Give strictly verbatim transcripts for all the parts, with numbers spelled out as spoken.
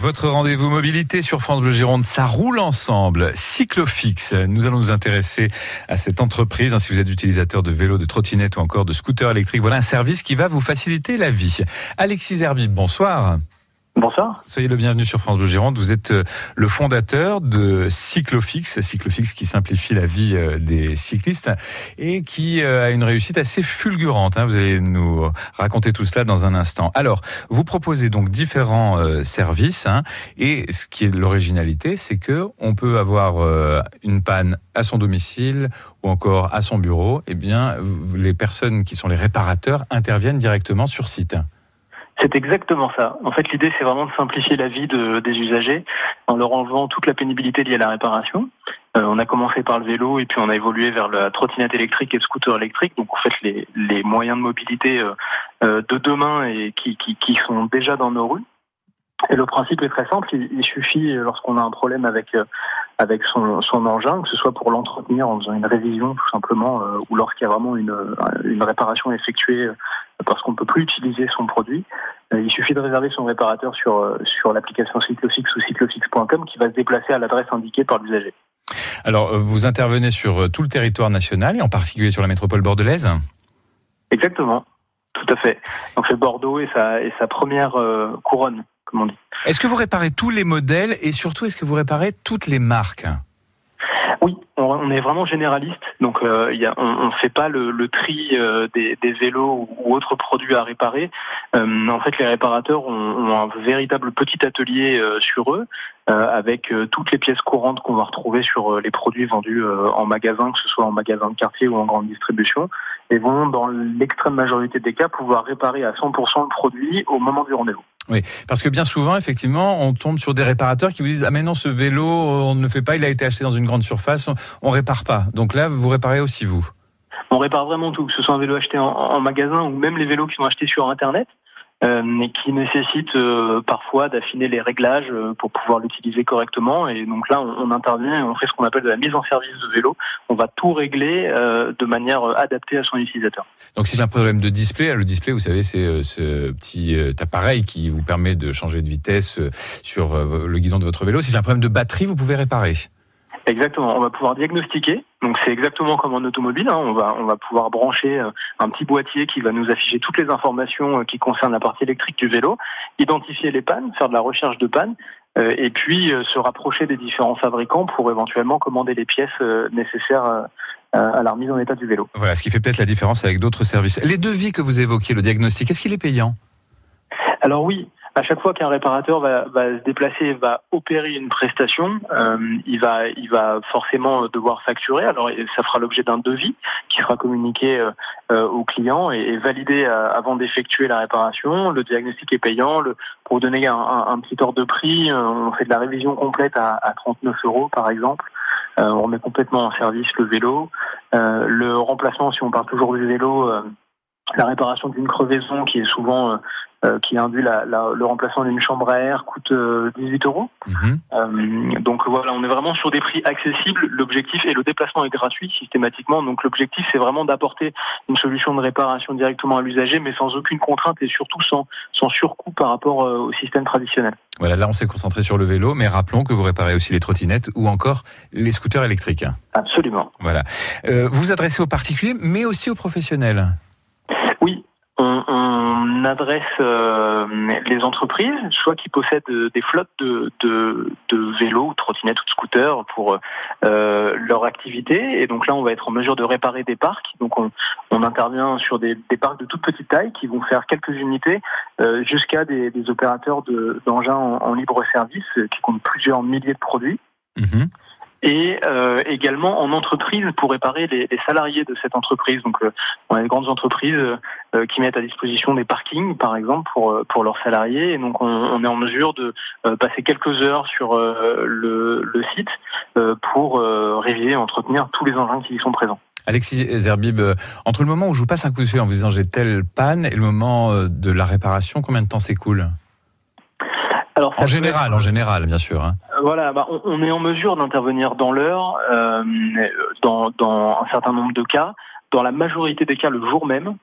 Votre rendez-vous mobilité sur France Bleu Gironde, ça roule ensemble. Cyclofix, nous allons nous intéresser à cette entreprise. Si vous êtes utilisateur de vélos, de trottinettes ou encore de scooters électriques, voilà un service qui va vous faciliter la vie. Alexis Zerbib, bonsoir. Bonsoir. Soyez le bienvenu sur France Bleu Gironde. Vous êtes le fondateur de Cyclofix, Cyclofix qui simplifie la vie des cyclistes et qui a une réussite assez fulgurante. Vous allez nous raconter tout cela dans un instant. Alors, vous proposez donc différents services et ce qui est l'originalité, c'est que on peut avoir une panne à son domicile ou encore à son bureau. Eh bien, les personnes qui sont les réparateurs interviennent directement sur site. C'est exactement ça. En fait, l'idée, c'est vraiment de simplifier la vie de, des usagers en leur enlevant toute la pénibilité liée à la réparation. Euh, on a commencé par le vélo et puis on a évolué vers la trottinette électrique et le scooter électrique. Donc, en fait, les, les moyens de mobilité euh, euh, de demain et qui, qui, qui sont déjà dans nos rues. Et le principe est très simple. Il, il suffit, lorsqu'on a un problème avec euh, avec son, son engin, que ce soit pour l'entretenir en faisant une révision tout simplement, euh, ou lorsqu'il y a vraiment une, une réparation effectuée euh, parce qu'on ne peut plus utiliser son produit, euh, il suffit de réserver son réparateur sur, euh, sur l'application Cyclofix ou cyclofix point com qui va se déplacer à l'adresse indiquée par l'usager. Alors, vous intervenez sur tout le territoire national et en particulier sur la métropole bordelaise ? Exactement, tout à fait. Donc c'est Bordeaux et sa, et sa première euh, couronne, comme on dit. Est-ce que vous réparez tous les modèles et surtout, est-ce que vous réparez toutes les marques ? Oui, on est vraiment généraliste, donc euh, y a, on ne fait pas le, le tri euh, des, des vélos ou autres produits à réparer. Euh, en fait, les réparateurs ont, ont un véritable petit atelier euh, sur eux, euh, avec euh, toutes les pièces courantes qu'on va retrouver sur euh, les produits vendus euh, en magasin, que ce soit en magasin de quartier ou en grande distribution, et vont, dans l'extrême majorité des cas, pouvoir réparer à cent pour cent le produit au moment du rendez-vous. Oui, parce que bien souvent, effectivement, on tombe sur des réparateurs qui vous disent « Ah mais non, ce vélo, on ne le fait pas, il a été acheté dans une grande surface, on ne répare pas. » Donc là, vous réparez aussi, vous ? On répare vraiment tout, que ce soit un vélo acheté en, en magasin ou même les vélos qui sont achetés sur Internet, euh, et qui nécessitent euh, parfois d'affiner les réglages euh, pour pouvoir l'utiliser correctement. Et donc là, on, on intervient et on fait ce qu'on appelle de la mise en service de vélo. On va tout régler euh, de manière adaptée à son utilisateur. Donc si j'ai un problème de display, le display, vous savez, c'est ce petit appareil qui vous permet de changer de vitesse sur le guidon de votre vélo. Si j'ai un problème de batterie, vous pouvez réparer. Exactement, on va pouvoir diagnostiquer. Donc c'est exactement comme en automobile, hein. on va on va pouvoir brancher un petit boîtier qui va nous afficher toutes les informations qui concernent la partie électrique du vélo, identifier les pannes, faire de la recherche de pannes, euh, et puis euh, se rapprocher des différents fabricants pour éventuellement commander les pièces euh, nécessaires euh, à la remise en état du vélo. Voilà, ce qui fait peut-être la différence avec d'autres services. Les devis que vous évoquiez, le diagnostic, est-ce qu'il est payant ? Alors oui. À chaque fois qu'un réparateur va, va se déplacer, va opérer une prestation, euh, il va, il va forcément devoir facturer. Alors, ça fera l'objet d'un devis qui sera communiqué euh, au client et, et validé euh, avant d'effectuer la réparation. Le diagnostic est payant. Le, pour vous donner un, un, un petit ordre de prix, euh, on fait de la révision complète à, à trente-neuf euros, par exemple. Euh, on met complètement en service le vélo. Euh, le remplacement, si on parle toujours du vélo, euh, la réparation d'une crevaison qui est souvent euh, euh, qui induit la, la, le remplacement d'une chambre à air coûte euh, dix-huit euros. Mmh. Euh, donc voilà, on est vraiment sur des prix accessibles. L'objectif et le déplacement est gratuit systématiquement. Donc l'objectif c'est vraiment d'apporter une solution de réparation directement à l'usager, mais sans aucune contrainte et surtout sans sans surcoût par rapport euh, au système traditionnel. Voilà, là on s'est concentré sur le vélo, mais rappelons que vous réparez aussi les trottinettes ou encore les scooters électriques. Absolument. Voilà. Euh, vous vous adressez aux particuliers, mais aussi aux professionnels. Oui, on, on adresse euh, les entreprises, soit qui possèdent des flottes de, de, de vélos, de trottinettes ou de scooters pour euh, leur activité. Et donc là, on va être en mesure de réparer des parcs. Donc on, on intervient sur des, des parcs de toute petite taille qui vont faire quelques unités euh, jusqu'à des, des opérateurs de, d'engins en, en libre service qui comptent plusieurs milliers de produits. Mmh. Et euh, également en entreprise pour réparer les, les salariés de cette entreprise. Donc, euh, on a des grandes entreprises euh, qui mettent à disposition des parkings, par exemple, pour pour leurs salariés. Et donc, on, on est en mesure de euh, passer quelques heures sur euh, le, le site euh, pour euh, réviser et entretenir tous les engins qui y sont présents. Alexis Zerbib, entre le moment où je vous passe un coup de fil en vous disant j'ai telle panne et le moment de la réparation, combien de temps s'écoule ? Alors, en général, être... en général, bien sûr. Hein. Voilà, bah, on, on est en mesure d'intervenir dans l'heure, euh, dans, dans un certain nombre de cas, dans la majorité des cas le jour même.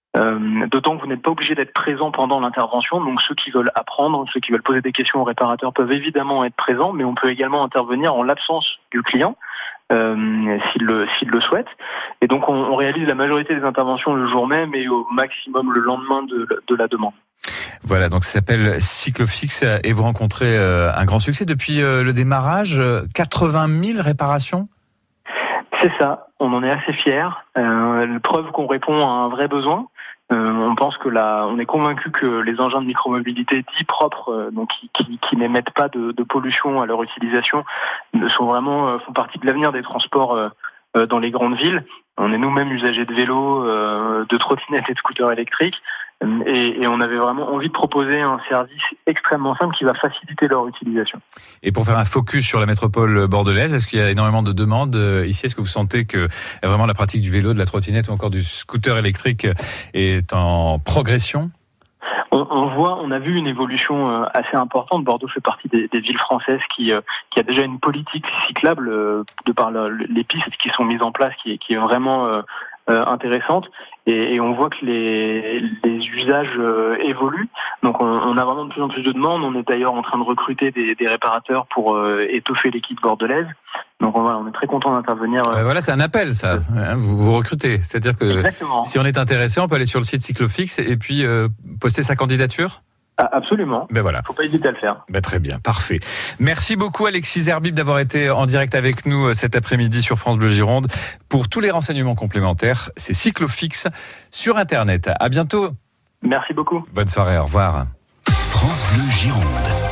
Euh, d'autant que vous n'êtes pas obligé d'être présent pendant l'intervention. Donc ceux qui veulent apprendre, ceux qui veulent poser des questions au réparateur peuvent évidemment être présents, mais on peut également intervenir en l'absence du client. Euh, s'il le s'il le souhaite. Et donc on, on réalise la majorité des interventions le jour même et au maximum le lendemain de, de la demande. Voilà, donc ça s'appelle Cyclofix et vous rencontrez euh, un grand succès depuis euh, le démarrage, quatre-vingt mille réparations. C'est ça, on en est assez fiers. Euh, preuve qu'on répond à un vrai besoin. Euh, on pense que là, on est convaincu que les engins de micromobilité dits propres, euh, donc qui, qui, qui n'émettent pas de, de pollution à leur utilisation, sont vraiment euh, font partie de l'avenir des transports euh, euh, dans les grandes villes. On est nous-mêmes usagers de vélos, euh, de trottinettes et de scooters électriques, euh, et, et on avait vraiment envie de proposer un service extrêmement simple qui va faciliter leur utilisation. Et pour faire un focus sur la métropole bordelaise, est-ce qu'il y a énormément de demandes ici? Est-ce que vous sentez que vraiment la pratique du vélo, de la trottinette ou encore du scooter électrique est en progression? On, on voit, on a vu une évolution assez importante. Bordeaux fait partie des, des villes françaises qui, qui a déjà une politique cyclable de par le, les pistes qui sont mises en place, qui, qui est vraiment euh, intéressante. Et, et on voit que les, les usages euh, évoluent. Donc on, on a vraiment de plus en plus de demandes. On est d'ailleurs en train de recruter des, des réparateurs pour euh, étoffer l'équipe bordelaise. Donc on, voilà, on est très content d'intervenir. Euh, voilà, c'est un appel, ça. Vous vous recrutez. C'est-à-dire que Exactement. Si on est intéressé, on peut aller sur le site Cyclofix et puis euh, poster sa candidature. Ah, absolument. Ben voilà. Faut pas hésiter à le faire. Ben très bien, parfait. Merci beaucoup Alexis Zerbib d'avoir été en direct avec nous cet après-midi sur France Bleu Gironde. Pour tous les renseignements complémentaires, c'est Cyclofix sur Internet. À bientôt. Merci beaucoup. Bonne soirée, au revoir. France Bleu Gironde.